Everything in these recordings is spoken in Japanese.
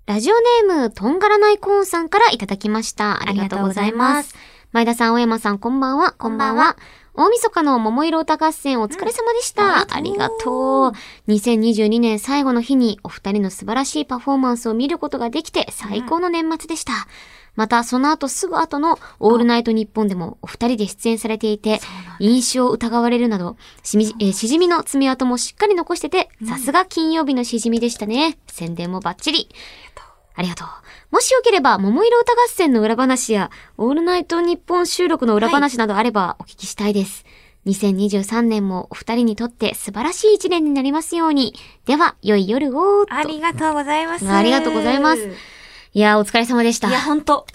ラジオネーム、とんがらないコーンさんからいただきました。ありがとうございます。前田さん、大山さん、こんばんは。こんばんは。大晦日の桃色歌合戦お疲れ様でした。ありがとう。2022年最後の日にお二人の素晴らしいパフォーマンスを見ることができて最高の年末でした。また、その後すぐ後のオールナイトニッポンでもお二人で出演されていて、印象を疑われるなど、しじみの爪痕もしっかり残してて、さすが金曜日のしじみでしたね。宣伝もバッチリ。ありがとう。もしよければ、桃色歌合戦の裏話や、オールナイトニッポン収録の裏話などあればお聞きしたいです。2023年もお二人にとって素晴らしい一年になりますように。では、良い夜を。 ありがとうございます。 ありがとうございます。いやー、お疲れ様でした。 いや、ほんと。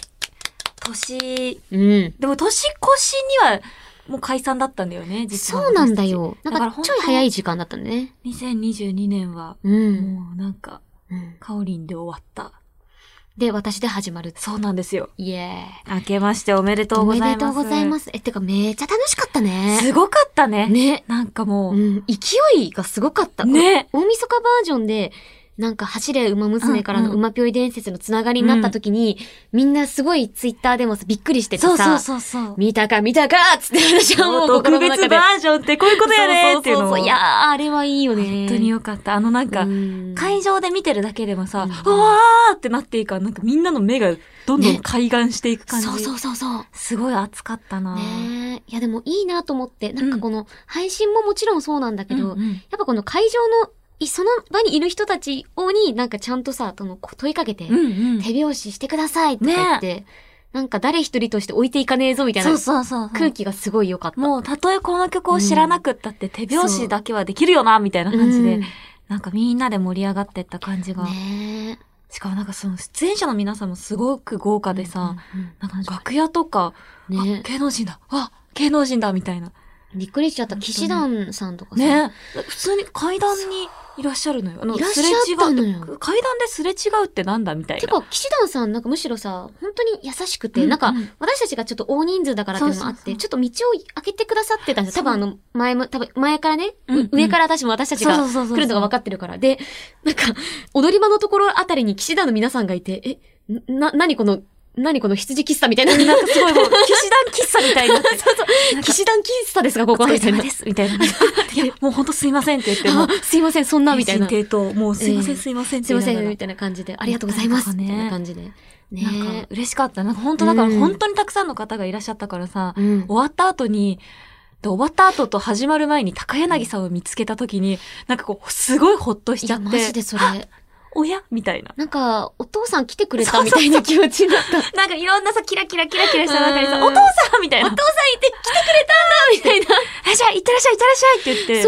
でも年越しには、もう解散だったんだよね、実は。 そうなんだよ。なんかちょい早い時間だったんだね。 2022年は、もうなんか、カオリンで終わった。 で、私で始まる。 そうなんですよ。 イエーイ。 明けましておめでとうございます。 おめでとうございます。てかめっちゃ楽しかったね。 すごかったね。 ね。 なんかもう、 勢いがすごかった。 ね。 大晦日バージョンで、なんか走れ馬娘からの馬ぴょい伝説のつながりになった時に、みんなすごいツイッターでもびっくりしててさ、 そう見たかつって私はもう特別バージョンってこういうことやねっていうのを。 いやー、あれはいいよね。 本当によかった。なんか、会場で見てるだけでもさ、わーってなっていいから、なんかみんなの目がどんどん開眼していく感じ。 そう。 すごい熱かったな。 ね。いやでもいいなと思って、なんかこの配信ももちろんそうなんだけど、やっぱこの会場のその場にいる人たちになんかちゃんとさ、問いかけて、手拍子してくださいとか言って、なんか誰一人として置いていかねえぞみたいな空気がすごい良かった。 もうたとえこの曲を知らなくったって手拍子だけはできるよな、みたいな感じで、なんかみんなで盛り上がってった感じが。ね、しかもなんかその出演者の皆さんもすごく豪華でさ、なんか楽屋とか、芸能人だみたいな。 びっくりしちゃった。騎士団さんとかさ。 ね。普通に階段にいらっしゃるのよ。 いらっしゃったのよ。 階段ですれ違うってなんだみたいな。 てか、騎士団さんなんかむしろさ、本当に優しくて、なんか、私たちがちょっと大人数だからっていうのもあって、ちょっと道を開けてくださってたんですよ。多分前からね、上から私たちが来るのが分かってるから。で、なんか、踊り場のところあたりに騎士団の皆さんがいて、何この羊喫茶みたいな。 なんかすごいもう、騎士団喫茶みたいになって。 そう。騎士団喫茶ですか、ここはみたいな。 です、みたいな。いや、もうほんとすいませんって言っても。 すいません、そんな、みたいな。 もうすいませんってすいません、みたいな感じで。ありがとうございます。みたいな感じで。 なんか、嬉しかった。なんか本当だから本当にたくさんの方がいらっしゃったからさ、終わった後と始まる前に高柳さんを見つけた時に、なんかこう、すごいほっとしちゃって。 いや、マジでそれ。 親みたいな。 なんか、お父さん来てくれたみたいな気持ちになった。 なんかいろんなさ、キラキラした中にさ、お父さんみたいな。 お父さんいて来てくれたんだみたいな。 じゃあ、行ってらっしゃいって言って。 そう。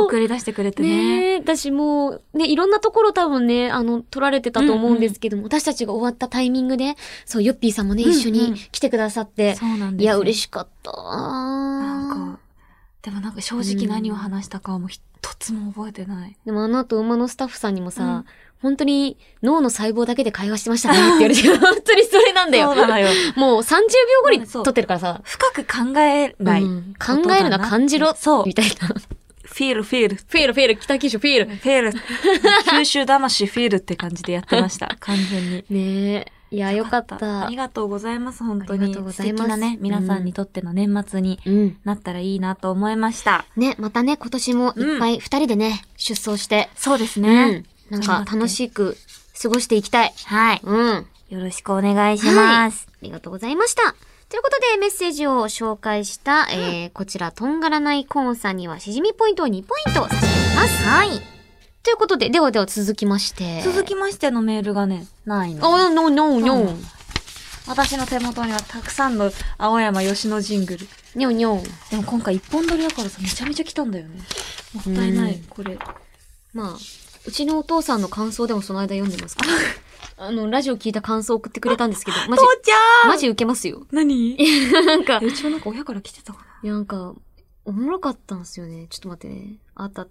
送り出してくれてね。 私もね、いろんなところ多分ね、撮られてたと思うんですけども、私たちが終わったタイミングで、そう、ヨッピーさんもね、一緒に来てくださって。 そうなんです。 いや、嬉しかった。 なんか、でもなんか正直何を話したかはもう一つも覚えてない。 でも後馬のスタッフさんにもさ、本当に脳の細胞だけで会話してましたねって言われて、本当にそれなんだよ。 そうなのよ。 もう30秒後に撮ってるからさ。 深く考えない。 考えるな、感じろ。そう。みたいな。 フィール、北九州フィール。九州魂フィールって感じでやってました。完全に。 ねえ。いや、よかった。 ありがとうございます、本当に。ありがとうございます。素敵なね、皆さんにとっての年末になったらいいなと思いました。 ね、またね、今年もいっぱい二人でね、出走して。 そうですね。 なんか楽しく過ごしていきたい。 はい。よろしくお願いします。 ありがとうございました。ということでメッセージを紹介した、こちら、とんがらないコーンさんにはしじみポイントを2ポイント差し上げます。 はい。 ということで、では続きまして。 のメールがね、ないの。 の。 私の手元にはたくさんの青山吉野ジングル。 にょんにょん。 でも今回一本撮りだからさ、めちゃめちゃ来たんだよね。もったいない、これ。 まあ、うちのお父さんの感想でもその間読んでますから。ラジオ聞いた感想送ってくれたんですけど、 マジ受けますよ。 何なんか、 うちもなんか親から来てたかな。 いや、なんか、おもろかったんですよね。ちょっと待ってね。あった。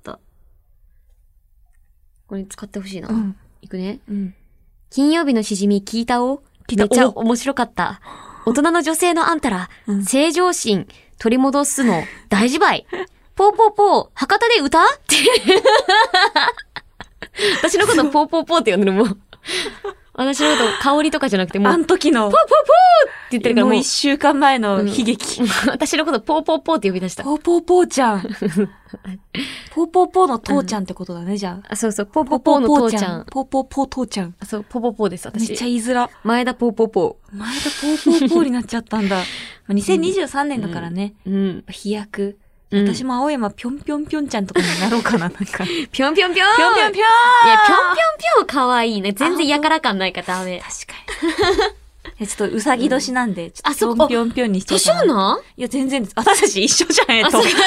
これ使ってほしいな。いくね。金曜日のしじみ聞いたおめっちゃ面白かった。大人の女性のあんたら、正常心取り戻すの大事ばい。ポーポーポー、博多で歌って。私のことポーポーポーって呼んでるもん。 私のこと香りとかじゃなくてもう、 あの時の、 ポーポーポーって言ってるからもうもう一、週間前の悲劇。 私のことポーポーポーって呼び出した。 ポーポーポーちゃん。ポーポーポーの父ちゃんってことだね、じゃあ。 あ、そうそう、ポーポーポーの父ちゃん。 ポーポーポー父ちゃん。 そう、ポーポーポーです、私。 めっちゃ言いづら。 前田ポーポーポ前田ポーポーポーになっちゃったんだ。2023年だからね。 ー。 飛躍。 うん私も青山ぴょんぴょんぴょんちゃんとかになろうかな、なんか。 ぴょんぴょんぴょんぴょんぴょんぴょんぴょんいや、ぴょんぴょんぴょんかわいいね。全然やから感ないからダメ。 確かに。ちょっとうさぎ年なんで、ちょっとあそこぴょんぴょんぴょんにしちゃう年かな。 女いや、全然です。私たち一緒じゃん、 あ、そうか。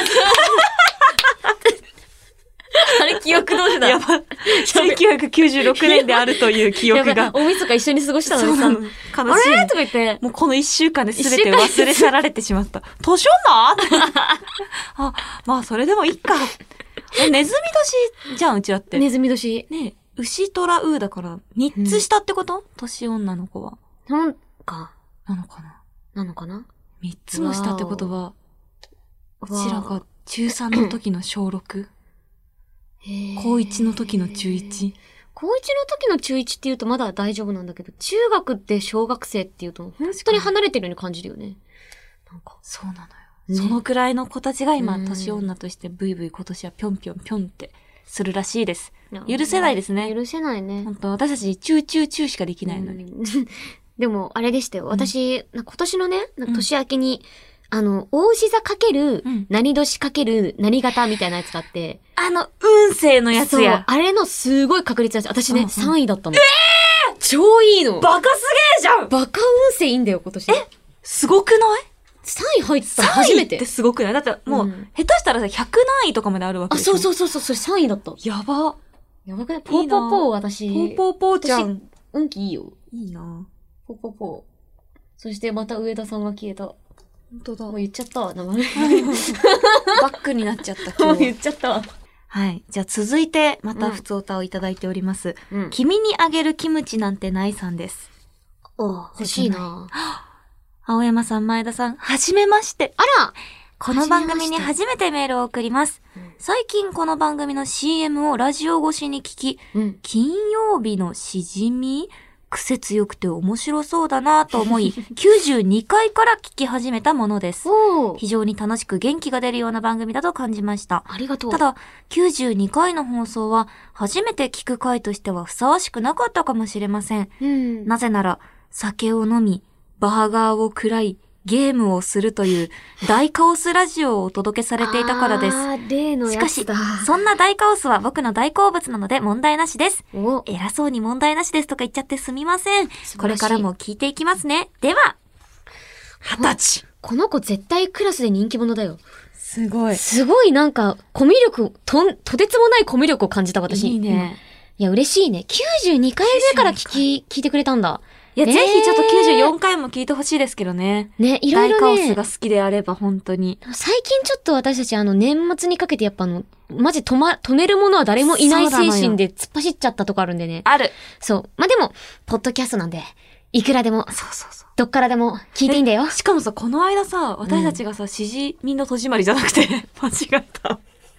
あれ、記憶同士だ。 やば。1996年であるという記憶が。 大晦日一緒に過ごしたのにさ。 そうなの。悲しいね。 あれとか言って。 もうこの一週間で全て忘れ去られてしまった。年女あ、まあそれでもいいか。ネズミ年じゃん、うちらって。 ネズミ年。 ねえ、牛虎ウーだから、3つ下ってこと、年女の子は。 なんか、 なのかななのかな ?3 つも下ってことは、うちらが中3の時の小6。高1の時の中 1。 高1の時の中1って言うとまだ大丈夫なんだけど、中学って小学生って言うと本当に離れてるように感じるよね。なんか。 そうなのよ。 ねそのくらいの子たちが今、 うん年女としてブイブイ今年はぴょんぴょんぴょんってするらしいです。許せないですね。 許せないね。 本当私たちチューチューチューしかできないのに。 うんでも、あれでしたよ。私、今年のね、年明けに、大牛座かけるうん、 何年かける、何型みたいなやつがあって。 運勢のやつそうや。 あれのすごい確率だし、私ね、 うんうん 3位だったの。超いいの。 バカすげえじゃんバカ運勢いいんだよ、今年。 すごくない 3位入ったの初めて。 3位ってすごくないだってもう、 うん下手したらさ、100何位とかまであるわけあ、 でしょ。 そうそうそうそう、それ3位だった。 やば。 やばくないポーポーポー私。 ポーポーポーちゃん。 運気いいよ。 いいなポーポーポー。そしてまた上田さんが消えた。も本当だ。 う言っちゃったわ、名前。 バックになっちゃった、 もう今日。 言っちゃったわ。 はい。じゃあ続いて、また普通歌をいただいております。 うん。 君にあげるキムチなんてないさんです。 欲しいな。 青山さん、前田さん、はじめまして。 あらこの番組に初めてメールを送ります。最近この番組の CM をラジオ越しに聞き、 うん。 金曜日のしじみ癖強くて面白そうだなと思い、92回から聞き始めたものです。 おー。 非常に楽しく元気が出るような番組だと感じました。 ありがとう。 ただ、92回の放送は初めて聞く回としてはふさわしくなかったかもしれません。 うん。 なぜなら、酒を飲み、バーガーを食らい、ゲームをするという大カオスラジオをお届けされていたからです。 あー、例のしかしやつだ。、 そんな大カオスは僕の大好物なので問題なしです。 お、 偉そうに問題なしですとか言っちゃってすみません。 素晴らしいこれからも聞いていきますね。では、20歳。 この子絶対クラスで人気者だよ。 すごい。 すごいなんか、コミュ力、とてつもないコミュ力を感じた私。 いいね。 いや、嬉しいね。92回目から聞いてくれたんだ。 いや、 ねえぜひちょっと94回も聞いてほしいですけどね。 ね、いろいろね大カオスが。好きであれば本当に。 最近ちょっと私たち年末にかけてやっぱマジ止めるものは誰もいない精神で突っ走っちゃったとこあるんでね。 ある。 そう。まあ、でも、ポッドキャストなんで、いくらでも、 そうそうそう。 どっからでも聞いていいんだよ。 しかもさ、この間さ、私たちがさ、しじみの戸締まりじゃなくて、間違えた。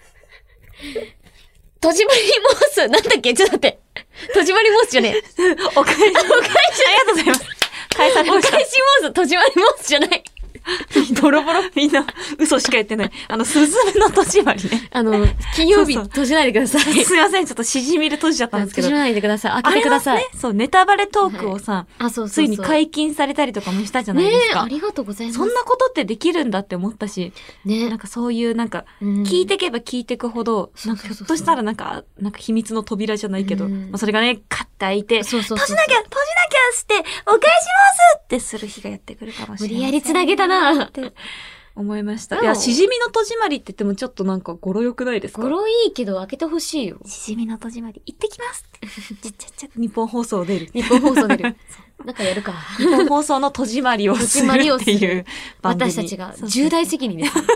戸締まりモース、なんだっけちょっと待って。戸締まりモースじゃねえ。 お返し。ありがとうございます。返されました。 お返しモース、戸締まりモースじゃない。 ボロボロ。みんな、嘘しか言ってない。スズメの戸締まりね。 金曜日そうそう閉じないでください。 すいません、ちょっとしじみで閉じちゃったんですけど。 閉じないでください。開けてください。 あれはね、そう、ネタバレトークをさ、 あ、そうそうそう。 ついに解禁されたりとかもしたじゃないねえ、 ですか。 ありがとうございます。 そんなことってできるんだって思ったし、 ねなんかそういううん聞いてけば聞いてくほど、なんかひょっとしたらなんか秘密の扉じゃないけど、 うんまあそれがね、カッて開いて、 そうそうそう。 閉じなきゃして、お返しますってする日がやってくるかもしれない。 無理やり繋げたな。 って思いました。 でもいや、しじみの戸締まりって言ってもちょっとなんか語呂良くないですか？ 語呂いいけど開けてほしいよ。 しじみの戸締まり行ってきますって。ちゃ日本放送出る。 日本放送出る。なんかやるか。 日本放送の戸締まりをするっていう番組。 私たちが重大責任です。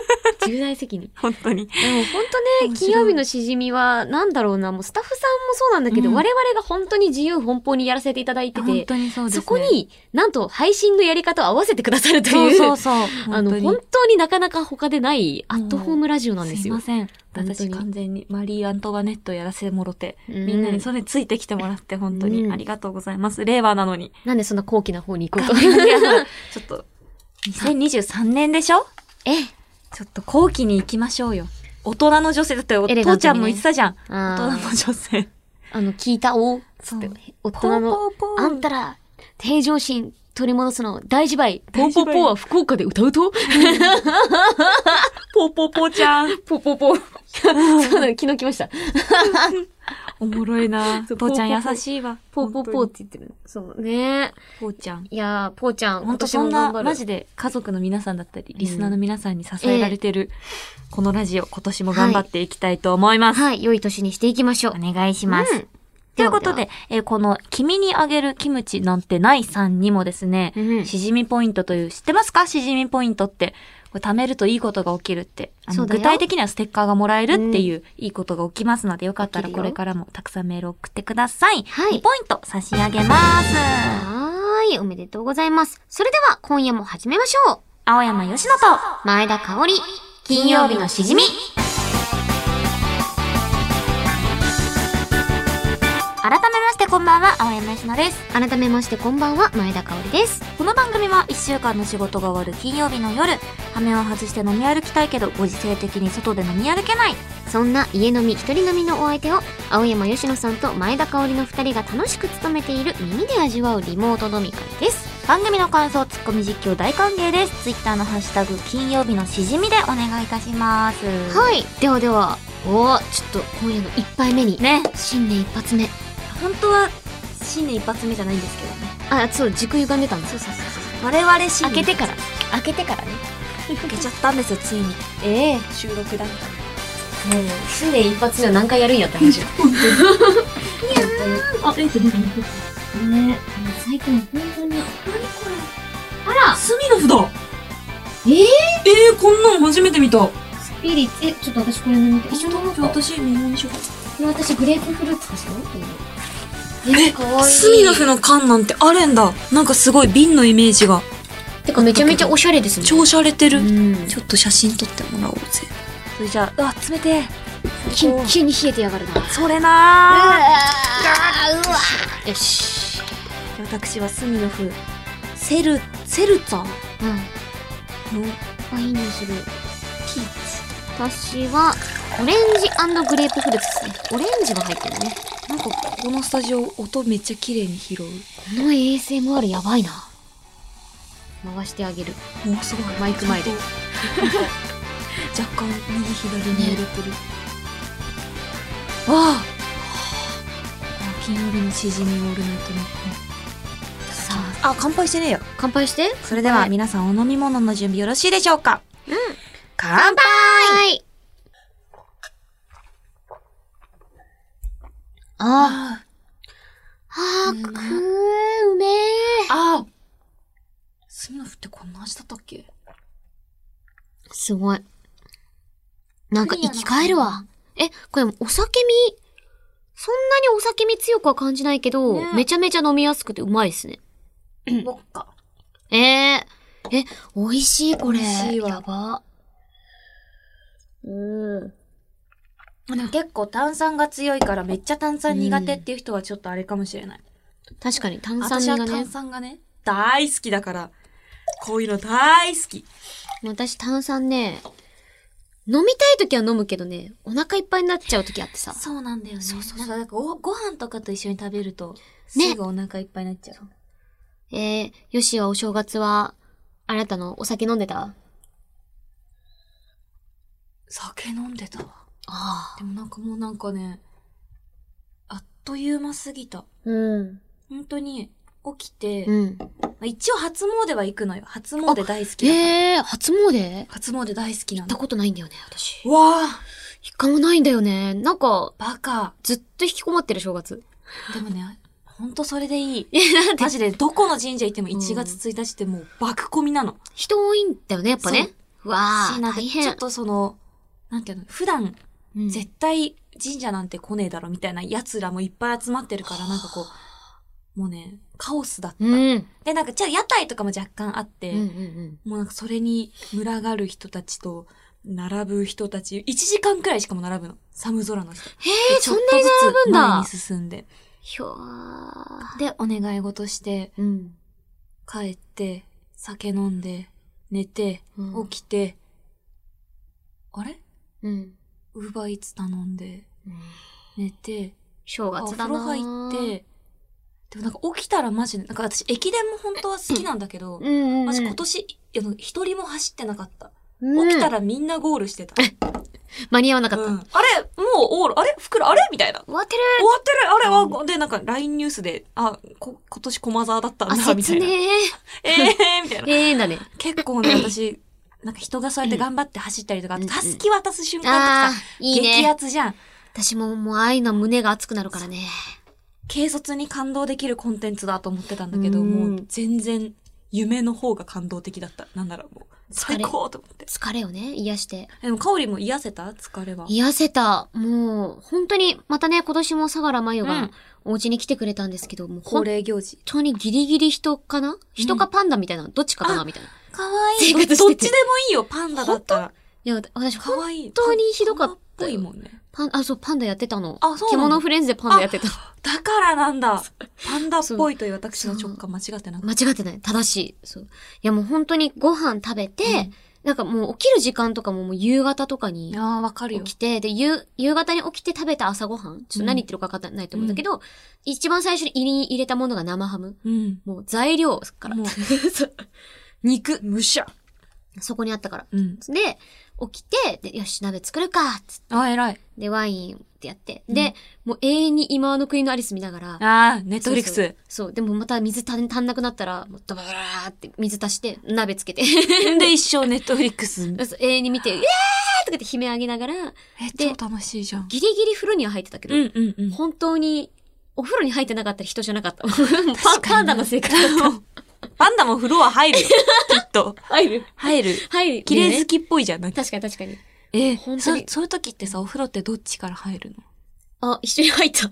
重大責任。 本当に。 でも本当ね、金曜日のしじみは、なんだろうな、もうスタッフさんもそうなんだけど、我々が本当に自由奔放にやらせていただいてて、 本当にそうですね。 そこに、なんと配信のやり方を合わせてくださるという、 そう。 本当になかなか他でないアットホームラジオなんですよ。 すいません。私完全にマリー・アントワネットやらせてもろて、みんなにそれついてきてもらって本当にありがとうございます。令和なのに。 なんでそんな高貴な方に行こうと。 ちょっと、2023年でしょ？ちょっと後期に行きましょうよ。大人の女性だってお父ちゃんも言ってたじゃん。大人の女性。 聞いたおつって。大人の、あんたら、平常心取り戻すの大事ばい。ポーポーポーは福岡で歌うとポーポーポーちゃん。 ポーポーポー。そうだ、昨日来ました。 おもろいな。ポーちゃん優しいわ。 ポーポーポーって言ってる。そうね。 ポーちゃん。 いやー、ポーちゃん。 ほんとそんな、マジで家族の皆さんだったり、リスナーの皆さんに支えられてる、このラジオ、今年も頑張っていきたいと思います。 はい、良い年にしていきましょう。 お願いします。ということで、この、君にあげるキムチなんてないさんにもですね、しじみポイントという、知ってますか？しじみポイントって。これ貯めるといいことが起きるって。具体的にはステッカーがもらえるっていう、いいことが起きますので、よかったらこれからもたくさんメール送ってください。はい。2ポイント差し上げます。 はーい。おめでとうございます。それでは、今夜も始めましょう。 青山よしのと、 前田香織、金曜日のしじみ。 改めましてこんばんは、青山よしのです。 改めましてこんばんは、前田香織です。 この番組は1週間の仕事が終わる金曜日の夜、羽目を外して飲み歩きたいけど、ご時世的に外で飲み歩けない。 そんな家飲み、一人飲みのお相手を、青山よしのさんと前田香織の2人が楽しく務めている耳で味わうリモート飲み会です。 番組の感想、ツッコミ実況大歓迎です。ツイッターのハッシュタグ、金曜日のしじみでお願いいたします。 はい。ではでは、ちょっと今夜の1杯目に、 ね。 新年一発目。 本当は新年一発目じゃないんですけどね。 そう、軸歪んでたんだ。 そう。我々新年。開けてからね。 開けちゃったんですよ、ついに。収録だった。 もう、新年一発目は何回やるんやって話。本当に。ね、最近本当に。何これ。あら、 スミノフだ。こんなの初めて見た。 スピリッツ、ちょっと私これ飲みたい。一緒に飲もうか。 私、見ましょうか。 これ私グレープフルーツですよ。 かわいい。スミノフの缶なんてあるんだ。なんかすごい瓶のイメージが。 てかめちゃめちゃおしゃれですね。 超おしゃれてる。ちょっと写真撮ってもらおうぜ。それじゃあ、冷てえ。 キンキンに冷えてやがるな。 それなー。うわよし。 私はスミノフ、セルツァの、 いい匂いする。ピーチ。私は、オレンジ&グレープフルーツですね。オレンジが入ってるね。 なんか、ここのスタジオ、音めっちゃ綺麗に拾う。この ASMR やばいな。回してあげる。 お、すごい。 マイク前で。 若干、右左に揺れてる。わあ金曜日のしじみオールナイトニッポン。さあ、乾杯してねえよ。 乾杯して。 それでは皆さんお飲み物の準備よろしいでしょうか？乾杯！ うめえ。 スミノフってこんな味だったっけ？ すごい。なんか生き返るわ。これお酒味、そんなにお酒味強くは感じないけど、めちゃめちゃ飲みやすくてうまいですね。 ボッカ。 美味しいこれ。 美味しいわ。 やば。 でも結構炭酸が強いからめっちゃ炭酸苦手っていう人はちょっとあれかもしれない。 確かに炭酸がね。 私は炭酸がね、大好きだから、こういうの大好き。 私炭酸ね、飲みたい時は飲むけどね、お腹いっぱいになっちゃう時あってさ。 そうなんだよね。 そう。 なんかご飯とかと一緒に食べると、すぐお腹いっぱいになっちゃう。 よしはお正月は、あなたのお酒飲んでた？ 酒飲んでたわ。でもなんかね、あっという間すぎた。本当に、起きて、一応初詣は行くのよ。初詣大好きだから。 初詣？ 初詣大好きなの。 行ったことないんだよね、私。 わあ一回もないんだよね。なんか、 バカ。 ずっと引きこもってる正月。 でもね、ほんとそれでいい。マジでどこの神社行っても1月1日ってもう爆混みなの。 人多いんだよね、やっぱね。 うわー、 なんか大変。 ちょっとその、なんていうの、普段、 うん絶対神社なんて来ねえだろみたいな奴らもいっぱい集まってるから、なんかこう、もうね、カオスだった。 うん。 で、なんか屋台とかも若干あって、 うんうんうん。 もうなんかそれに群がる人たちと、並ぶ人たち、1時間くらいしかも並ぶの。寒空の下。 へえ、そんなに並ぶんだ。 前に進んで。 ひょー。 で、お願い事して、 うん。 帰って、酒飲んで、寝て、 うん起きて、あれうん。 ウーバーイーツ頼んで、寝て、 正月だな。 お風呂入って、でもなんか起きたらマジで、なんか私駅伝も本当は好きなんだけど、 うんうんうん。 マジ今年、一人も走ってなかった。 うん起きたらみんなゴールしてた。 間に合わなかった。 うん、あれもうオール、あれ袋あれみたいな。 終わってる終わってるあれで、なんか LINE ニュースで、今年駒沢だったんだ、みたいな。 切ねみたいな。 だね。 結構ね、私、なんか人がそうやって頑張って走ったりとか、 うんたすき渡す瞬間とかさ、 いいね。 激アツじゃん。 私ももうああいうの胸が熱くなるからね。 軽率に感動できるコンテンツだと思ってたんだけど、 うんもう全然夢の方が感動的だった。なんならもう、最高と思って。 疲れをね、癒して。 でも、かおりも癒せた疲れは。 癒せた。もう、本当に、またね、今年も相良真由がうんお家に来てくれたんですけど、もう恒本例行事。 当にギリギリ人かな、人かパンダみたいな、どっちかかなみたいな。 かわいい。 生活しててどっちでもいいよ、パンダだったら。 いや、私、 かわいい。 本当にひどかったよ。 パンダっぽいもんね。 そう、パンダやってたの。 あそうなんだ獣フレンズでパンダやってた。 だからなんだ。パンダっぽいという私の直感間違ってなかっ間違ってない。正しい。そう。いやもう本当にご飯食べて、なんかもう起きる時間とかももう夕方とかにた。ああ、わかるよ。 起きて、で、夕方に起きて食べた朝ごはん。ちょっと何言ってるか分かんないと思うんだけど、一番最初に入れたものが生ハム。 うん。 もう材料から。 もうそう肉、むしゃ。 そこにあったから。 うん。 で、起きて、で、よし、鍋作るかつって。 あ、偉い。 で、ワインってやって。で、もう永遠に今の国のアリス見ながら。 ああ、ネットフリックス。 そう。でもまた水足んなくなったら、もうドバーって水足して、鍋つけて。 で、一生ネットフリックス。 そう永遠に見て、とか言って悲鳴上げながら、で超楽しいじゃん。 ギリギリ風呂には入ってたけど、 うん。 本当に、お風呂に入ってなかったら人じゃなかった。 かにパンダの生活だった。 パンダも風呂は入るよ。きっと。 入る。 入る。綺麗好きっぽいじゃん。なんか確かに。 本当にそういう時ってさ、お風呂ってどっちから入るの？ あ、一緒に入った。めん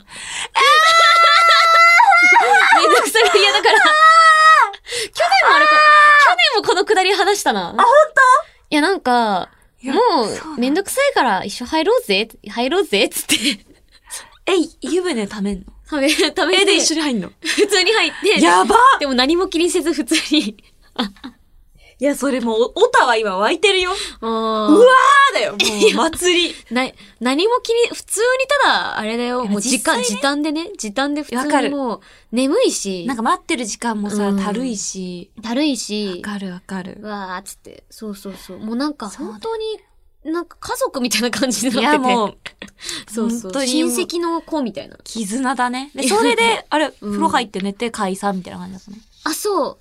どくさい嫌だから。去年もこのくだり話したな。 あ、本当？ いや、なんか、 いやもう、めんどくさいから一緒入ろうぜ、つって。 湯船溜めんの？ 食べて。 で一緒に入んの？ 普通に入って。 やば！ でも何も気にせず普通に。 いや、それもう、オタは今湧いてるよ。うわーだよ、もう、祭り。 何も普通にただ、あれだよ、もう時短で普通にもう、眠いし。 なんか待ってる時間もさ、だるいし。 わかる。 うわーっつって。そう。もうなんか、本当に、なんか家族みたいな感じになってて。 いや、もう、 そう。親戚の子みたいな。 絆だね。で、それで、あれ、風呂入って寝て解散みたいな感じだったね。 あ、そう。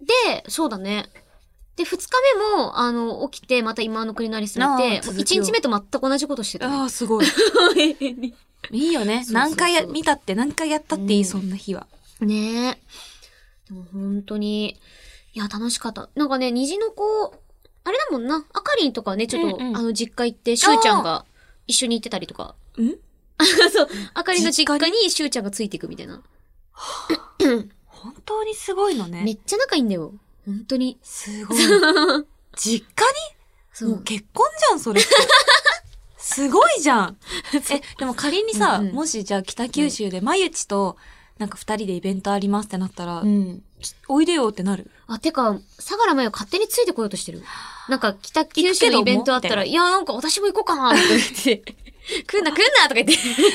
で、そうだね。で、二日目も、起きて、また今の国のアリス見て、一日目と全く同じことしてた、ね。 ああ、すごい。いいよね。何回見たって何回やったっていい、そんな日は。 ねえ。でも本当に、いや、楽しかった。なんかね、虹の子、あれだもんな。あかりんとかね、ちょっと、実家行って、しゅうちゃんが一緒に行ってたりとか。そう。あかりんの実家にしゅうちゃんがついていくみたいな。 本当にすごいのね。 めっちゃ仲いいんだよ。本当に。 すごい。実家にもう結婚じゃん、それって。すごいじゃん。でも仮にさ、もしじゃあ北九州でまゆちとなんか二人でイベントありますってなったら、おいでよってなる。 あ、てか、相良真由勝手についてこようとしてる。なんか北九州のイベントあったら、いや、なんか私も行こうかなって言って、来んなとか言って。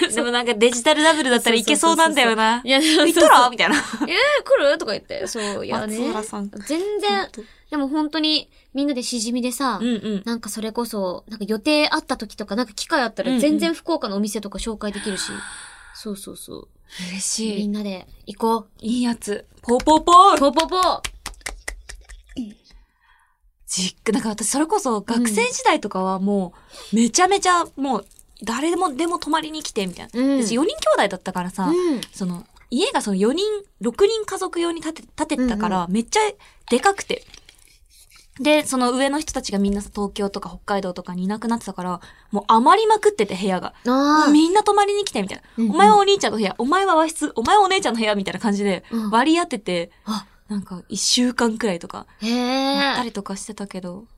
でもなんかデジタルダブルだったらいけそうなんだよな。 いや、 行ったらみたいな。 来るとか言って。そう、いやね。 松原さん。 全然、でも本当にみんなでしじみでさ、なんかそれこそ、なんか予定あった時とか、なんか機会あったら全然福岡のお店とか紹介できるし。そう。 嬉しい。 みんなで行こう。 いいやつ。ポーポーポーポーポーポーなんか私それこそ学生時代とかはもう、めちゃめちゃもう、誰でも泊まりに来てみたいな。私4人兄弟だったからさ、家がその4人、6人家族用に建てたから、めっちゃでかくて。 で、その上の人たちがみんな東京とか北海道とかにいなくなってたから、もう余りまくってて部屋が。もうみんな泊まりに来てみたいな。お前はお兄ちゃんの部屋、お前は和室、お前はお姉ちゃんの部屋みたいな感じで割り当てて、なんか1週間くらいとか、やったりとかしてたけど、もう、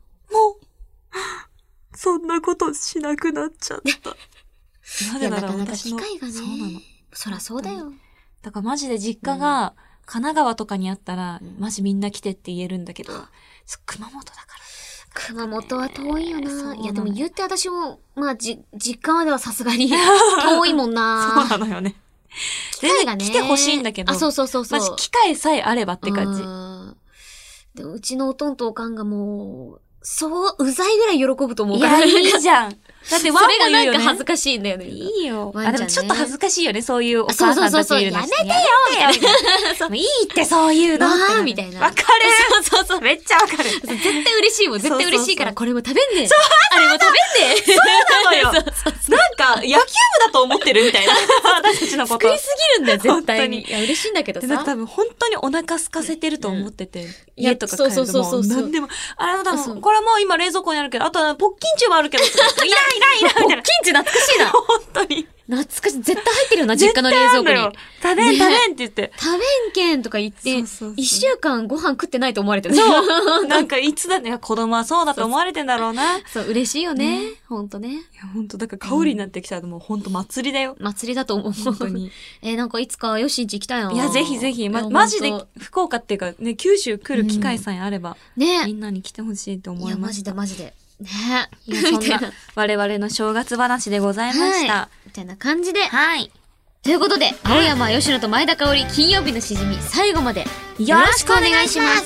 そんなことしなくなっちゃった。なぜなら私の、そうなの。 そらそうだよ。 だからマジで実家が神奈川とかにあったら、マジみんな来てって言えるんだけど、熊本だから。 熊本は遠いよな。いやでも言って私も、まあ実家まではさすがに遠いもんな。 そうなのよね。 機会がね。 来てほしいんだけど。 そうそうそう。 マジ機会さえあればって感じ。 でもうちのおとんとおかんがもう、うざいぐらい喜ぶと思うから。 いや、いいじゃん。だってワンも言うよね。それがなんか恥ずかしいんだよね。 いいよ。でもちょっと恥ずかしいよね、そういうお母さんたちいるの。 やめてよもういいってそういうのみたいな。 わかる。そう。めっちゃわかる。 絶対嬉しいもん。絶対嬉しいからこれも食べんね。あれも食べんね。 そうなのよ。なんか野球部だと思ってるみたいな。私たちのこと。 作りすぎるんだよ、絶対に。いや、嬉しいんだけどさ。 多分本当にお腹空かせてると思ってて。家とか帰るともう何でも。これもう今冷蔵庫にあるけど、あとポッキンチューもあるけど、いらんみたいな。 ポッキンチュー懐かしいな。 本当に。 懐かしい。絶対入ってるよな、実家の冷蔵庫に。 食べんって言って。 食べんけんとか言って、一週間ご飯食ってないと思われてる。 そう。なんかいつだね、子供はそうだと思われてんだろうな。 そう、嬉しいよね。ほんとね。 いや、ほんと、だから香りになってきたらもうほんと祭りだよ。 祭りだと思う。 本当に。 なんかいつかヨッシーんち行きたいな。 いや、ぜひぜひ。マジで福岡っていうかね、九州来る機会さえあれば、ね。みんなに来てほしいと思います。 いや、マジで。ねいや、そんな我々の正月話でございました。 みたいな感じで。 はい。 ということで、青山吉野と前田香織金曜日のしじみ最後までよろしくお願いします。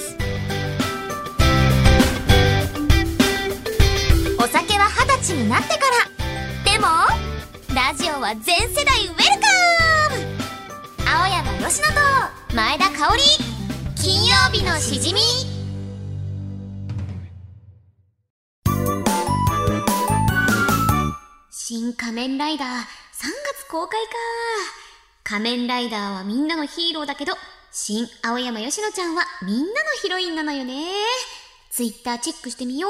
お酒は20歳になってから。でも、ラジオは全世代ウェルカム。青山吉野と前田香織金曜日のしじみ。新仮面ライダー3月公開か。仮面ライダーはみんなのヒーローだけど、新青山吉野ちゃんはみんなのヒロインなのよね。ツイッターチェックしてみよ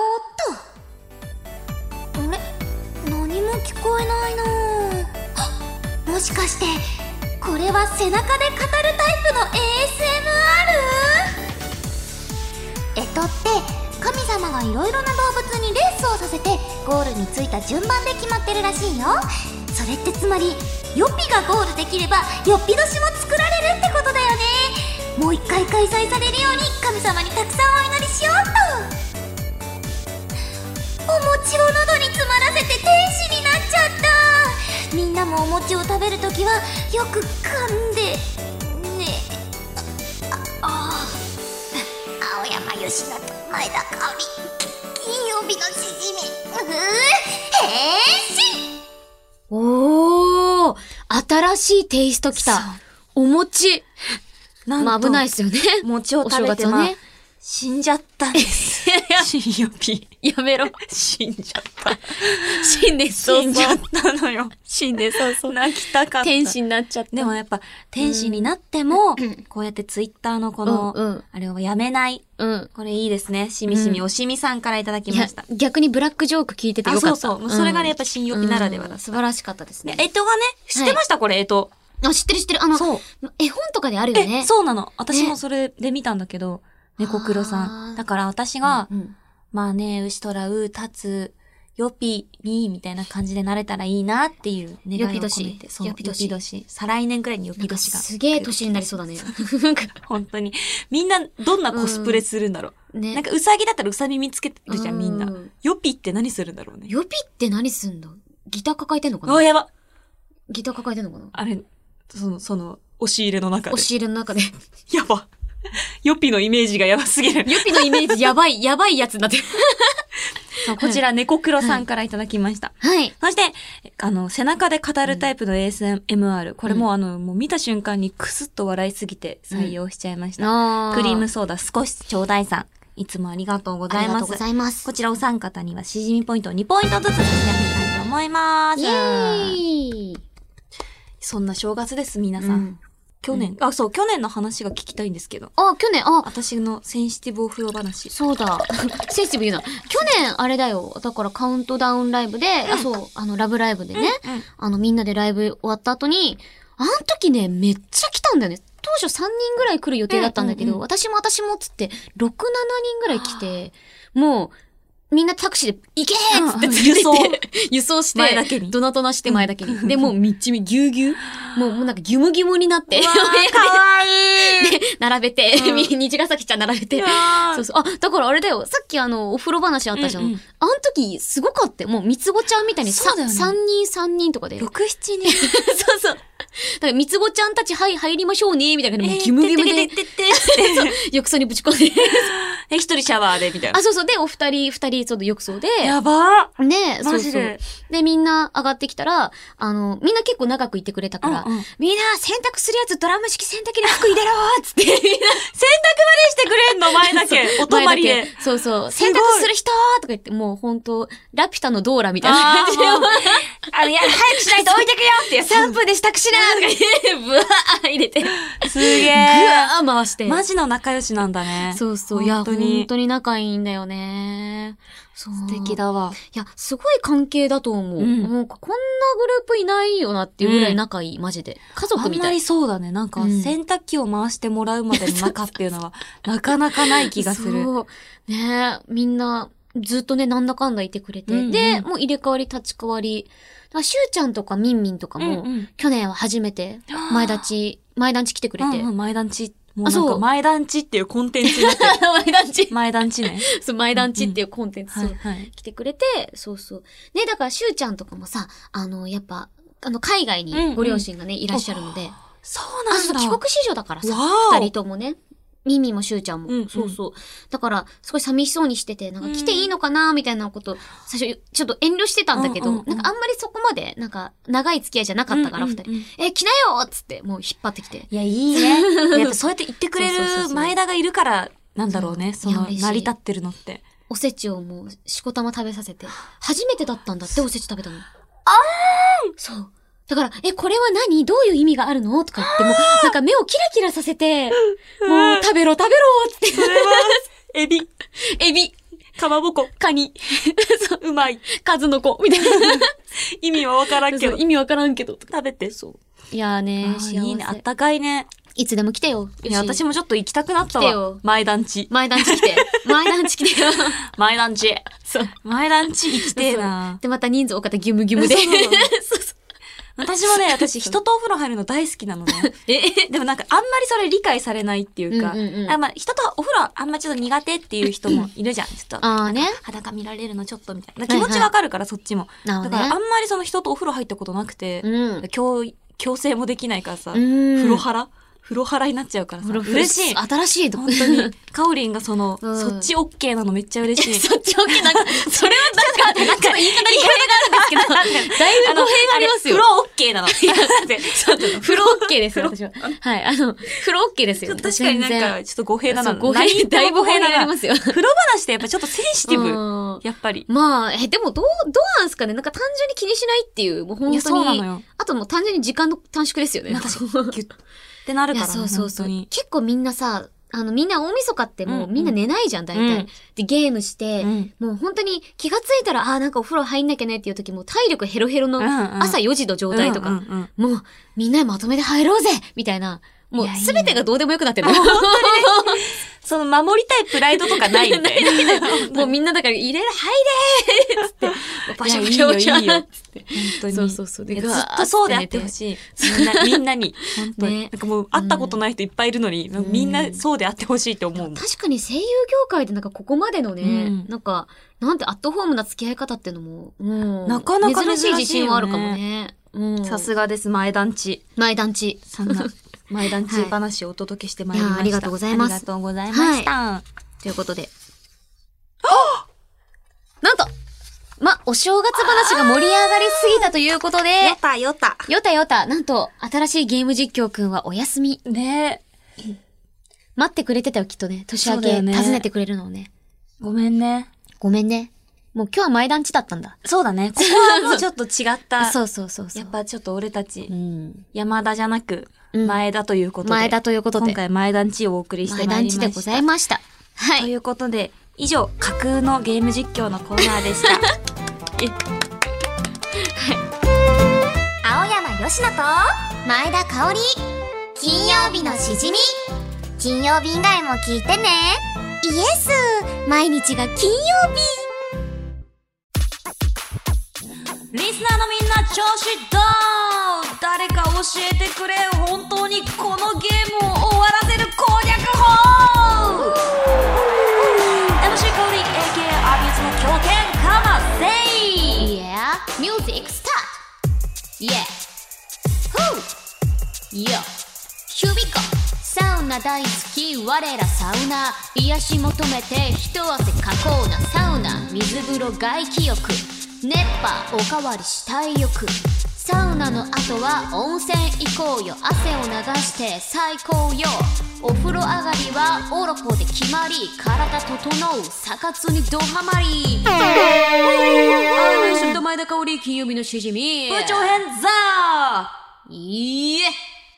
うっと。あれ？何も聞こえないなぁ。もしかしてこれは背中で語るタイプの ASMR？ って神様がいろいろな動物にレースをさせてゴールに着いた順番で決まってるらしいよ。それってつまりヨッピがゴールできればヨッピ年も作られるってことだよね。もう一回開催されるように神様にたくさんお祈りしようっと。お餅を喉に詰まらせて天使になっちゃった。みんなもお餅を食べるときはよく噛んでね。青山吉野と前田香織金曜日のしじみ変身。 おー、新しいテイストきた。お餅。まあ危ないですよね。 餅を食べてね。死んじゃったんです。新曜日。 やめろ。 死んじゃった。 死んでそうそう。 死んじゃったのよ。 死んでそうそう。 泣きたかった。 天使になっちゃった。 でもやっぱ、天使になっても、こうやってツイッターのこの、あれをやめない。これいいですね。しみしみ、おしみさんからいただきました。 逆にブラックジョーク聞いててよかった。 そう。それがね、やっぱ新曜日ならではだ。 素晴らしかったですね。 がね、知ってましたこれ、 知ってる。そう。絵本とかであるよね。 そうなの。私もそれで見たんだけど、猫黒さん。だから私が、まあね、牛とらう、立つ、よぴ、みみたいな感じでなれたらいいなっていう願いを込めて。そう、よぴ年。再来年くらいによぴ年が。 すげえ年になりそうだね。 本当に。みんなどんなコスプレするんだろう。ね。なんかうさぎだったらうさ耳つけてるじゃん、みんな。よぴって何するんだろうね。 よぴって何すんだ？ギター抱えてんのかな？ やば。 ギター抱えてんのかな？ あれ、その、押し入れの中で。 押し入れの中で。 やば。ヨピのイメージがやばすぎる。 ヨピのイメージやばいやつになってる。 そう、こちら、猫黒さんからいただきました。 はい。 そして、背中で語るタイプの ASMR。これももう見た瞬間にクスッと笑いすぎて採用しちゃいました。クリームソーダ少しちょうだいさん。いつもありがとうございます。ありがとうございます。こちらお三方にはしじみポイントを2ポイントずつ差し上げたいと思います。イェーイ。そんな正月です、皆さん。 去年、そう、去年の話が聞きたいんですけど。 去年、 私のセンシティブお風呂話。 そうだ。センシティブ言うな。去年、あれだよ。だからカウントダウンライブで、ラブライブでね、みんなでライブ終わった後に、あの時ね、めっちゃ来たんだよね。当初3人ぐらい来る予定だったんだけど、私もつって、6、7人ぐらい来て、もう、みんなタクシーで、行けーっつって連れて輸送して、 前だけにドナドナして前だけに。で、もうみっちみ、ぎゅうぎゅう。もうなんかギュムギュムになって。 かわいいで、並べて、虹ヶ崎ちゃん並べて。そうそう。だからあれだよ。さっきお風呂話あったじゃん。あの時、すごかったよ。もう三つ子ちゃんみたいに3人とかで。 6、7人。 そうそう。だから三つ子ちゃんたち、はい、入りましょうね、みたいな感じで、ギムギムで。浴槽にぶち込んで。 一人シャワーで、みたいな。 そうそう。で、お二人、ちょっと浴槽で。 やばー。ねマジで。 で、みんな上がってきたら、みんな結構長くいてくれたから、みんな洗濯するやつドラム式洗濯機で服入れろーつって。洗濯までしてくれんの前だけ。お泊まりで。 そうそう。洗濯する人ーとか言って、もうほんと、ラピュタのドーラみたいな感じで。 早くしないと置いてくよってやつ。 3分で支度しなーとか言って、ブワー入れて。 すげー。 ぐわー回して。 マジの仲良しなんだね。 そうそう。いや、本当に仲いいんだよね。 素敵だわ。 いや、すごい関係だと思う。もうこんなグループいないよなっていうぐらい仲いい、マジで。家族みたい。 あんまりそうだね。なんか、洗濯機を回してもらうまでの仲っていうのは、なかなかない気がする。 そう。ねみんな、ずっとね、なんだかんだいてくれて。で、もう入れ替わり立ち替わり。しゅうちゃんとかみんみんとかも、去年は初めて、前団地来てくれて。 前団地。もうなんか、前団地っていうコンテンツになってる。前団地ね。 そう、前団地っていうコンテンツ来てくれて、そうそう。ね、だからしゅうちゃんとかもさ、やっぱ、海外にご両親がね、いらっしゃるので。 そうなんだ。 帰国子女だからさ、二人ともね。ミミもしゅうちゃんも。そうそう。だから、すごい寂しそうにしてて、なんか来ていいのかなみたいなこと、最初、ちょっと遠慮してたんだけど、なんかあんまりそこまで、なんか、長い付き合いじゃなかったから、二人。来なよっつって、もう引っ張ってきて。 いや、いいね。やっぱそうやって言ってくれる前田がいるから、なんだろうね。その、成り立ってるのって。 おせちをもう、しこたま食べさせて。初めてだったんだって、おせち食べたの。そう。だから、これは何？どういう意味があるの？とか言っても、なんか目をキラキラさせて、もう食べろつって。 それは、エビ、かまぼこ、 カニ、 うまい、 数の子、みたいな。 意味はわからんけど。 意味わからんけど。 食べて。 そう。いやーね、幸せ。 いいね、あったかいね。 いつでも来てよ。 いや、私もちょっと行きたくなったわ。来てよ。前団地。 前団地来てよ。 前団地。 そう。 前団地行きてえな。 で、また人数多かったギュムギュムで。そうそう。 私もね、人とお風呂入るの大好きなのね。でもなんかあんまりそれ理解されないっていうか、まあ人とお風呂あんまちょっと苦手っていう人もいるじゃん。ちょっと。裸見られるのちょっとみたいな。気持ちわかるからそっちも。だからあんまりその人とお風呂入ったことなくて、強制もできないからさ、風呂払いになっちゃうからさ。嬉しい。 新しいと本当に。かおりんがそっち OK なのめっちゃ嬉しい。 そっち OK なんか、それはなんか言い方に語弊があるんですけど、だいぶ語弊がありますよ。 風呂 OK なの。 風呂 OK ですよ、私は。はい、風呂 OK ですよ。 確かになんか、ちょっと語弊なの。 語弊、だいぶ語弊がありますよ。 風呂話ってやっぱちょっとセンシティブ。やっぱり。 まあ、でもどうなんすかね。なんか単純に気にしないっていう、もう本当に。 そうなのよ。 あともう単純に時間の短縮ですよね。 ってなるからね。そう。結構みんなさ、みんな大晦日ってもうみんな寝ないじゃん、大体。で、ゲームして、もう本当に気がついたら、なんかお風呂入んなきゃねっていう時も体力ヘロヘロの朝4時の状態とか、もうみんなまとめて入ろうぜみたいな、もうすべてがどうでもよくなってるの。本当にね。 その守りたいプライドとかないんだよ。 もうみんなだから入れる入れーつって。 バシャバシャバシャーつって。本当に。 そう。 ずっとそうであってほしい。みんなに。本当に。なんかもう会ったことない人いっぱいいるのに、みんなそうであってほしいって思う。 確かに声優業界でなんかここまでのね、なんか、なんてアットホームな付き合い方っていうのも、 なかなか珍しい自信はあるかもね。 さすがです、前団地。 そんな。 前団地話をお届けしてまいりました。 ありがとうございます。 ありがとうございました。 ということで。なんとお正月話が盛り上がりすぎたということで。 よた。 なんと、新しいゲーム実況くんはお休み。 ね待ってくれてたよ、きっとね。年明け、訪ねてくれるのをね。 ごめんね。 もう今日は前団地だったんだ。 そうだね。ここはもうちょっと違った。 そう。 やっぱちょっと俺たち、山田じゃなく、 前田ということで。 前田ということで。 今回前田んちをお送りしてまいりました。 前田んちでございました。はい。 ということで、以上、架空のゲーム実況のコーナーでした。 青山よしと前田香織、金曜日のしじみ。金曜日以外も聞いてね。イエス、毎日が金曜日。 リスナーのみんな調子どう？誰か教えてくれ。本当にこのゲームを終わらせる攻略法。 MC 香織 AKA アビューズの狂犬かませい。 Yeah, music start. Yeah. Who? Yo. Here we go. サウナ大好き我らサウナ、癒し求めて一汗かこうなサウナ。水風呂外気浴、熱波おかわりしたい欲。サウナの後は温泉行こうよ。汗を流して最高よ。お風呂上がりはオロポで決まり、体整うサ活にドハマり。すると前田香織、金曜日のしじみ。 部長編ザー。 いいえ。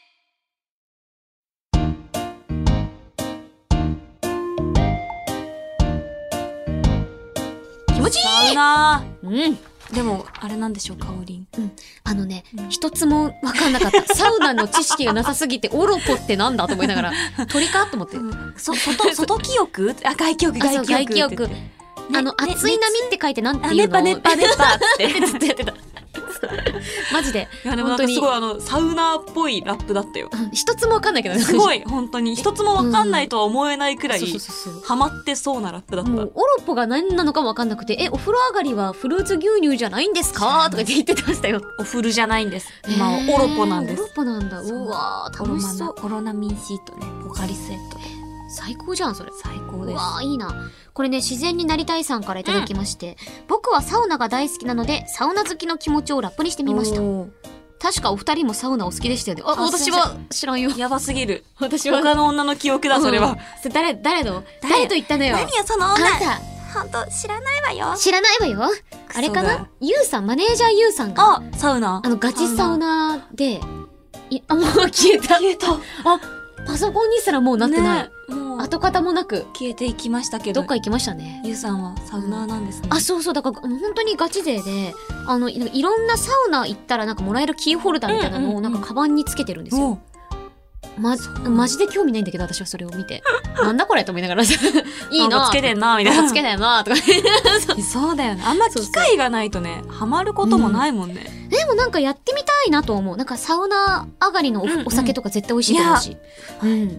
気持ちいい。 サウナー。 うん。 でも、あれなんでしょう、香織。 一つもわかんなかった。サウナの知識がなさすぎて、オロポってなんだと思いながら、鳥かと思って。 外気浴？あ、外気浴、 外気浴。熱い波って書いてなんていうの？ 熱波ってずっとやってた。マジで。 いや、でもなんかすごいサウナっぽいラップだったよ。 一つもわかんないけどね。 すごい、本当に。一つもわかんないとは思えないくらい、ハマってそうなラップだった。 もう、オロポが何なのかもわかんなくて、お風呂上がりはフルーツ牛乳じゃないんですかとか言ってましたよ。 お風呂じゃないんです。まあ、オロポなんです。 オロポなんだ。うわー、楽しそう。 コロナミンシートね、ポカリスエットで。 最高じゃん、それ。 最高です。 うわー、いいな。これね、自然になりたいさんからいただきまして、僕はサウナが大好きなので、サウナ好きの気持ちをラップにしてみました。確かお二人もサウナお好きでしたよね。私は知らんよ。 やばすぎる。 私は。 他の女の記憶だ、それは。 誰と言ったのよ。 何よ、その女。 あなた。 ほんと、知らないわよ。 知らないわよ。あれかな？ユウさん、マネージャーユウさんが。 サウナ？ ガチサウナで、もう消えた。パソコンにすらもうなってない。跡形もなく消えていきましたけど。 どっか行きましたね。 ゆうさんはサウナーなんですね。 そうそう、だから本当にガチ勢で、いろんなサウナ行ったらなんかもらえるキーホルダーみたいなのをなんかカバンにつけてるんですよ。マジで興味ないんだけど、私はそれを見て。なんだこれと思いながらいいな。 つけてんな、みたいな。 つけてんな、とか。 そうだよね。あんま機会がないとね、ハマることもないもんね。 でもなんかやってみたいなと思う。なんかサウナ上がりのお酒とか絶対美味しいと思うし。ね。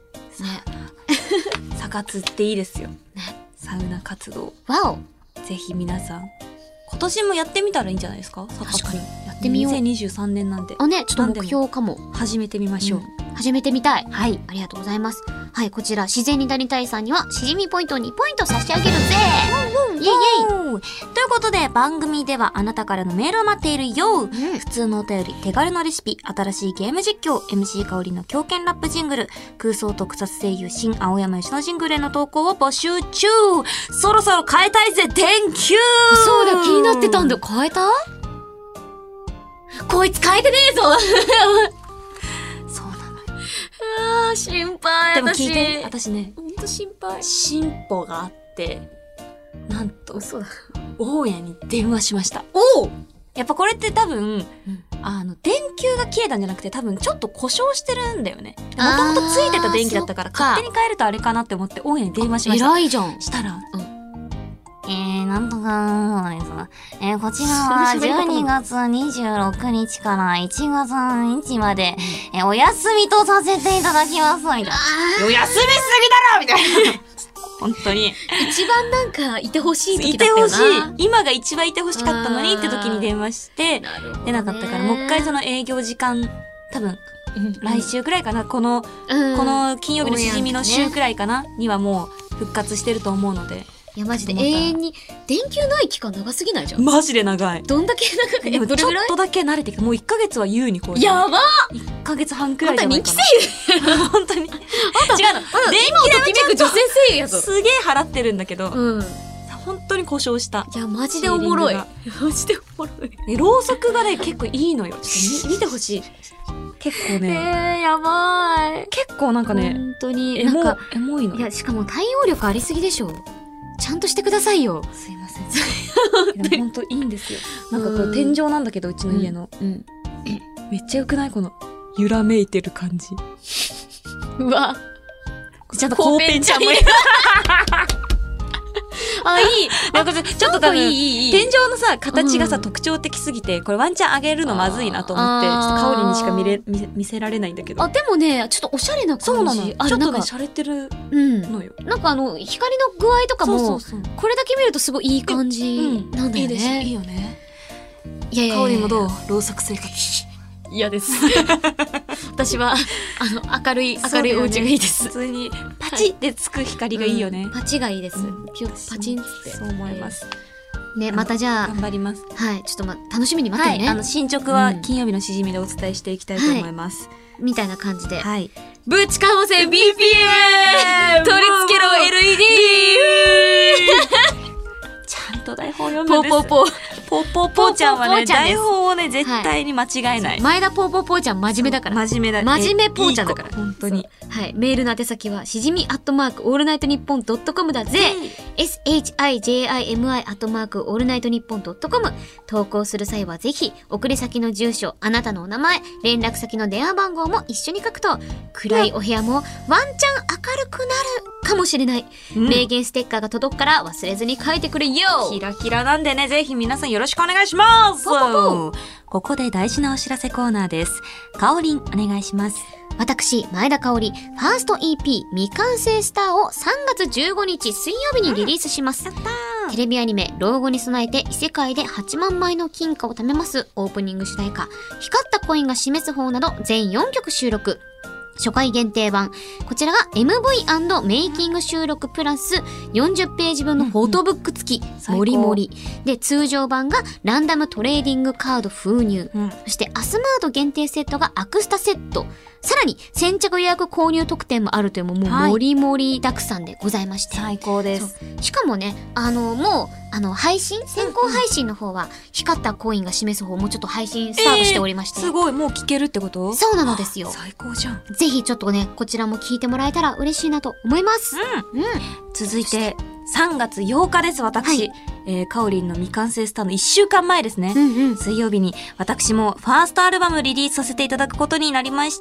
サ活っていいですよ。サウナ活動。 わお。 ぜひ皆さん、今年もやってみたらいいんじゃないですか？ 確かに。やってみよう。 2023年なんで。 ちょっと目標かも。 始めてみましょう。 始めてみたい。 はい。 ありがとうございます。はい、こちら、自然になりたいさんには、しじみポイント2ポイント差し上げるぜ。イェイイェイ。 ということで、番組ではあなたからのメールを待っているよ。普通のお便り、手軽のレシピ、新しいゲーム実況、MC 香りの狂犬ラップジングル、空想特撮声優、新青山吉野ジングルへの投稿を募集中。そろそろ変えたいぜ、電球。 そうだ、気になってたんだ。変えた？こいつ変えてねえぞ。 そうなのよ。 心配。 でも聞いて、私ね、 ほんと心配。 進歩があって、なんと、 そうだ。 大家に電話しました。 おう！ やっぱこれって多分、電球が切れたんじゃなくて多分ちょっと故障してるんだよね。もともとついてた電気だったから勝手に変えるとあれかなって思って大家に電話しました。 偉いじゃん。 したら、 なんとかです。こちらは12月26日から1月3日まで、お休みとさせていただきます、みたいな。 お休みすぎだろみたいな。本当に。 一番なんか、いてほしい時だったよな。 いてほしい。今が一番いてほしかったのにって時に電話して、出なかったから、もう一回その営業時間、多分、来週くらいかな、この金曜日のしじみの週くらいかな、にはもう復活してると思うので。 いや、マジで永遠に、電球ない期間長すぎないじゃん。 マジで長い。 どんだけ長く、 でもちょっとだけ慣れてきた。もう1ヶ月は優にこう。 やば ！1ヶ月半くらいじゃないかな。本当に。違うの。電気今をときめく女性声優やぞ。 すげえ払ってるんだけど、 本当に故障した。 いや、マジでおもろい。マジでおもろい。 ね、ろうそくがね、結構いいのよ。ちょっと見てほしい。結構ね。 やばい。 結構なんかね、 本当に、 エモいの。 いや、しかも対応力ありすぎでしょ。ちゃんとしてくださいよ。 すいません。でも本当いいんですよ。なんかこれ天井なんだけど、うちの家の。めっちゃ良くない？この、揺らめいてる感じ。 うわ。 ちゃんとコーペンちゃんもいる。 あ、いい。 なんかちょっと多分、 いい天井のさ、形がさ、特徴的すぎて、これワンチャンあげるのまずいなと思って、ちょっと香りにしか見せられないんだけど。 あ、でもね、ちょっとおしゃれな感じ。 そうなの。ちょっとね、洒落てるのよ。 なんか光の具合とかも、これだけ見るとすごいいい感じなんだよね。いいでしょ、 いいよね。 いやいや。 香りもどう？ろうそく生活。 嫌です。私は、明るいお家がいいです。 普通に、パチってつく光がいいよね。 パチがいいです。パチンって。 そう思います。 ね、またじゃあ。 頑張ります。 はい。ちょっと楽しみに待ってね。 進捗は金曜日のしじみでお伝えしていきたいと思います。 みたいな感じで。 はい。 ぶちかもせ BPM! 取り付けろ LED! ちゃんと台本読むんです。ポーちゃんはね、台本をね、絶対に間違えない。 前田ポーちゃん真面目だから。 真面目だ。 真面目ポーちゃんだから。 本当に。 はい。メールの宛先は、しじみ@allnightnippon.com だぜ。shijimi@allnightnippon.com。投稿する際はぜひ、送り先の住所、あなたのお名前、連絡先の電話番号も一緒に書くと、暗いお部屋もワンチャン明るくなるかもしれない。名言ステッカーが届くから忘れずに書いてくれよ。 キラキラなんでね、ぜひ皆さんよろしくお願いします。ここで大事なお知らせコーナーです。かおりん、お願いします。 私、前田香織、ファースト EP 未完成スターを3月15日水曜日にリリースします。テレビアニメ、老後に備えて異世界で8万枚の金貨を貯めますオープニング主題歌、光ったコインが示す方など全4曲収録。初回限定版。こちらが MV& メイキング収録プラス40ページ分のフォトブック付き。もりもり。で、通常版がランダムトレーディングカード封入。そしてアスマート限定セットがアクスタセット。さらに先着予約購入特典もあるというもうもりもりたくさんでございまして。 最高です。 しかもね、もう、配信先行配信の方は、光ったコインが示す方もちょっと配信スタートしておりまして。 すごい、もう聞けるってこと？ そうなのですよ。 最高じゃん。 ぜひちょっとね、こちらも聞いてもらえたら嬉しいなと思います。 続いて、3月8日です、私。かおりんの未完成スターの1週間前ですね。水曜日に私もファーストアルバムリリースさせていただくことになりました。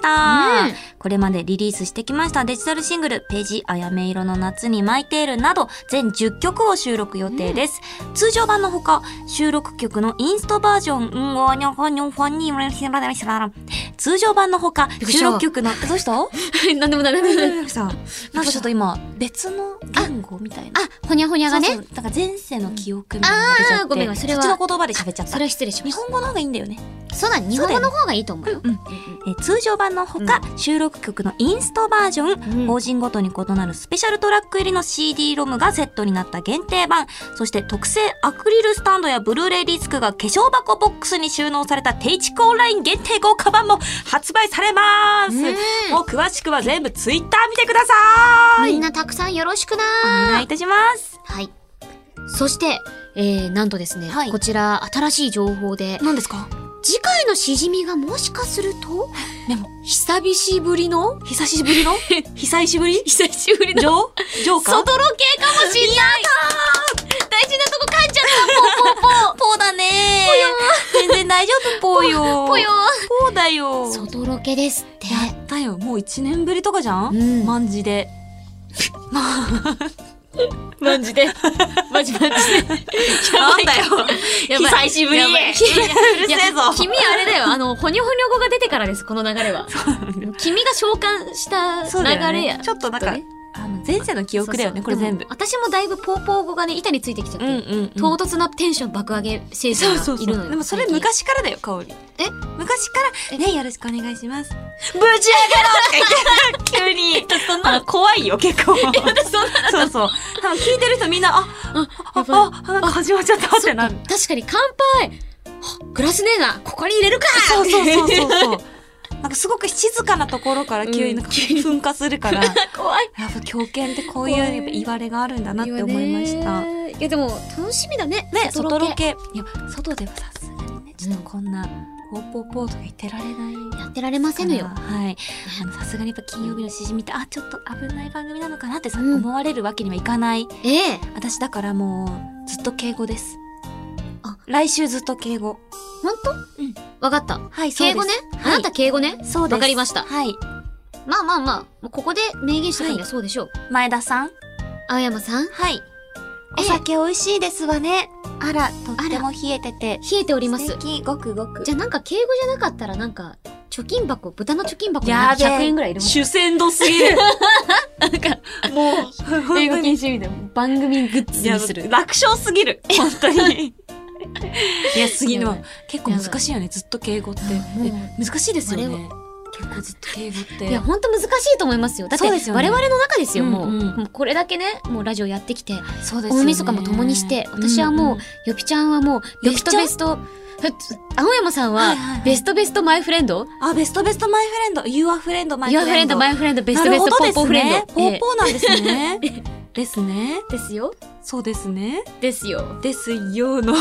これまでリリースしてきましたデジタルシングル、ページ、あやめ色の夏に巻いているなど、全10曲を収録予定です。通常版のほか、収録曲のインストバージョン、通常版のほか、収録曲の、どうしたなんでもない。 なんかちょっと今、別の言語みたいな。 ほにゃほにゃがね。 そうそう、なんか前世の記憶みたいなのが出ちゃって。 ごめん、それは。 そっちの言葉で喋っちゃった。 それは失礼しました。 日本語の方がいいんだよね。 そうだね、日本語の方がいいと思うよ。 通常版のほか、収録曲のインストバージョン、法人ごとに異なるスペシャルトラック入りの CD ロムがセットになった限定版、そして特製アクリルスタンドやブルーレイディスクが化粧箱ボックスに収納されたテイチコオンライン限定豪華版も発売されます。もう詳しくは全部ツイッター見てください。 みんなたくさんよろしくなお願いいたします。 はい。そして、なんとですね、こちら新しい情報で。 何ですか？ 次回のしじみがもしかすると、 でも、 久しぶりの久しぶりのジョーカー外ロケかもしんない。大事なとこ噛んじゃった。 ポーだねー。全然大丈夫、ポーよ。 ポーだよ。 外ロケですって。 やったよ。もう1年ぶりとかじゃん？マンジで。 マジで。マジで。 なんだよ。久しぶり。うるせえぞ。 君あれだよ。ほにょほにょ語が出てからです、この流れは。君が召喚した流れや。 ちょっとなんか、前世の記憶だよね、これ全部。 私もだいぶポーポー語がね、板についてきちゃって。唐突なテンション爆上げ成人がいるのよ。 でもそれ昔からだよ、香り。昔からね、よろしくお願いします。ぶち上げろって急に。怖いよ、結構。 私そんな。 そうそう。聞いてる人みんな、なんか始まっちゃったってなる。 確かに乾杯グラスねえな、ここに入れるか。 そう。 なんかすごく静かなところから急になんか噴火するから、 怖い。 やっぱ狂犬ってこういうやっぱ言われがあるんだなって思いました。 いやでも楽しみだね。 ね、外ロケ。いや、外ではさすがにね、ちょっとこんな、ポーポーポーとか言ってられない。 やってられませんよ。 はい。さすがにやっぱ金曜日のしじみって、あ、ちょっと危ない番組なのかなってさ、思われるわけにはいかない。私だからもう、ずっと敬語です。 あ、 来週ずっと敬語。 ほんと？わかった。 はい、 敬語ね。あなた敬語ね。 そうです。 わかりました。 はい。 まあまあまあ、もうここで明言したからにはそうでしょう。 前田さん。 青山さん。 はい。お酒美味しいですわね。あら、とっても冷えてて。 冷えております。 素敵、ごくごく。 じゃあなんか敬語じゃなかったらなんか、貯金箱、豚の貯金箱に100円ぐらいいるもん。 主戦度すぎる。なんか、もう、 英語禁止みたいな。番組グッズにする。 楽勝すぎる。本当に。いや、次の、結構難しいよね、ずっと敬語って。難しいですよね。結構ずっと敬語って。 いや、ほんと難しいと思いますよ。だって、我々の中ですよ、もうこれだけね、もうラジオやってきて、大晦日も共にして、私はもう、よぴちゃんはもう、ベストベスト、青山さんは、ベストベストマイフレンド？ あ、ベストベストマイフレンド。ユアフレンドマイフレンド。 ユアフレンドマイフレンド、ベストベストポーポーフレンド。 ポーポーなんですね。ですね。 ですよ。 そうですね。 ですよ。 ですよの。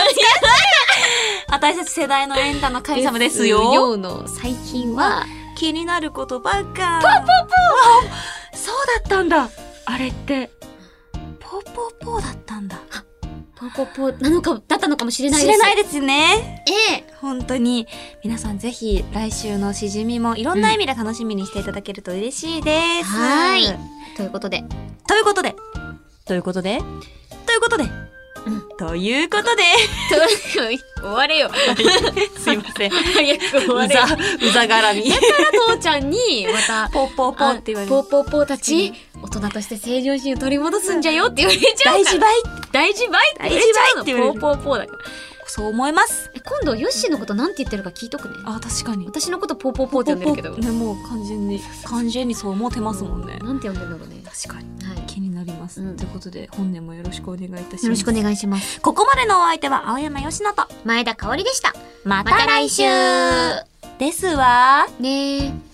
私たち世代のエンタの神様ですよ。 ですよの最近は、 気になることばっか。ポーポーポー。そうだったんだ。あれって、ポーポーポーだったんだ。 ポーポーポーなのか、だったのかもしれないです。 知れないですね。本当に。皆さんぜひ来週のしじみもいろんな意味で楽しみにしていただけると嬉しいです。 はい。ということで。 ということで。ということで。ということで。ということで。 終われよ。 すいません。 早く終われよ。 うざ絡み。 だから父ちゃんに、また、 ポーポーポーって言われる。 ポーポーポーたち、大人として正常心を取り戻すんじゃよって言われちゃうから。大事ばいって言われちゃうの。ポーポーポーだから。 そう思います。 今度、ヨッシーのことなんて言ってるか聞いとくね。 あ、確かに。 私のことポーポーポーって呼んでるけど。 ね、もう完全にそう思ってますもんね。 なんて呼んでるんだろうね。 確かに。気になります。ということで、本年もよろしくお願いいたします。 よろしくお願いします。 ここまでのお相手は、青山よしのと、 前田香織でした。 また来週ですわ。 ねえ。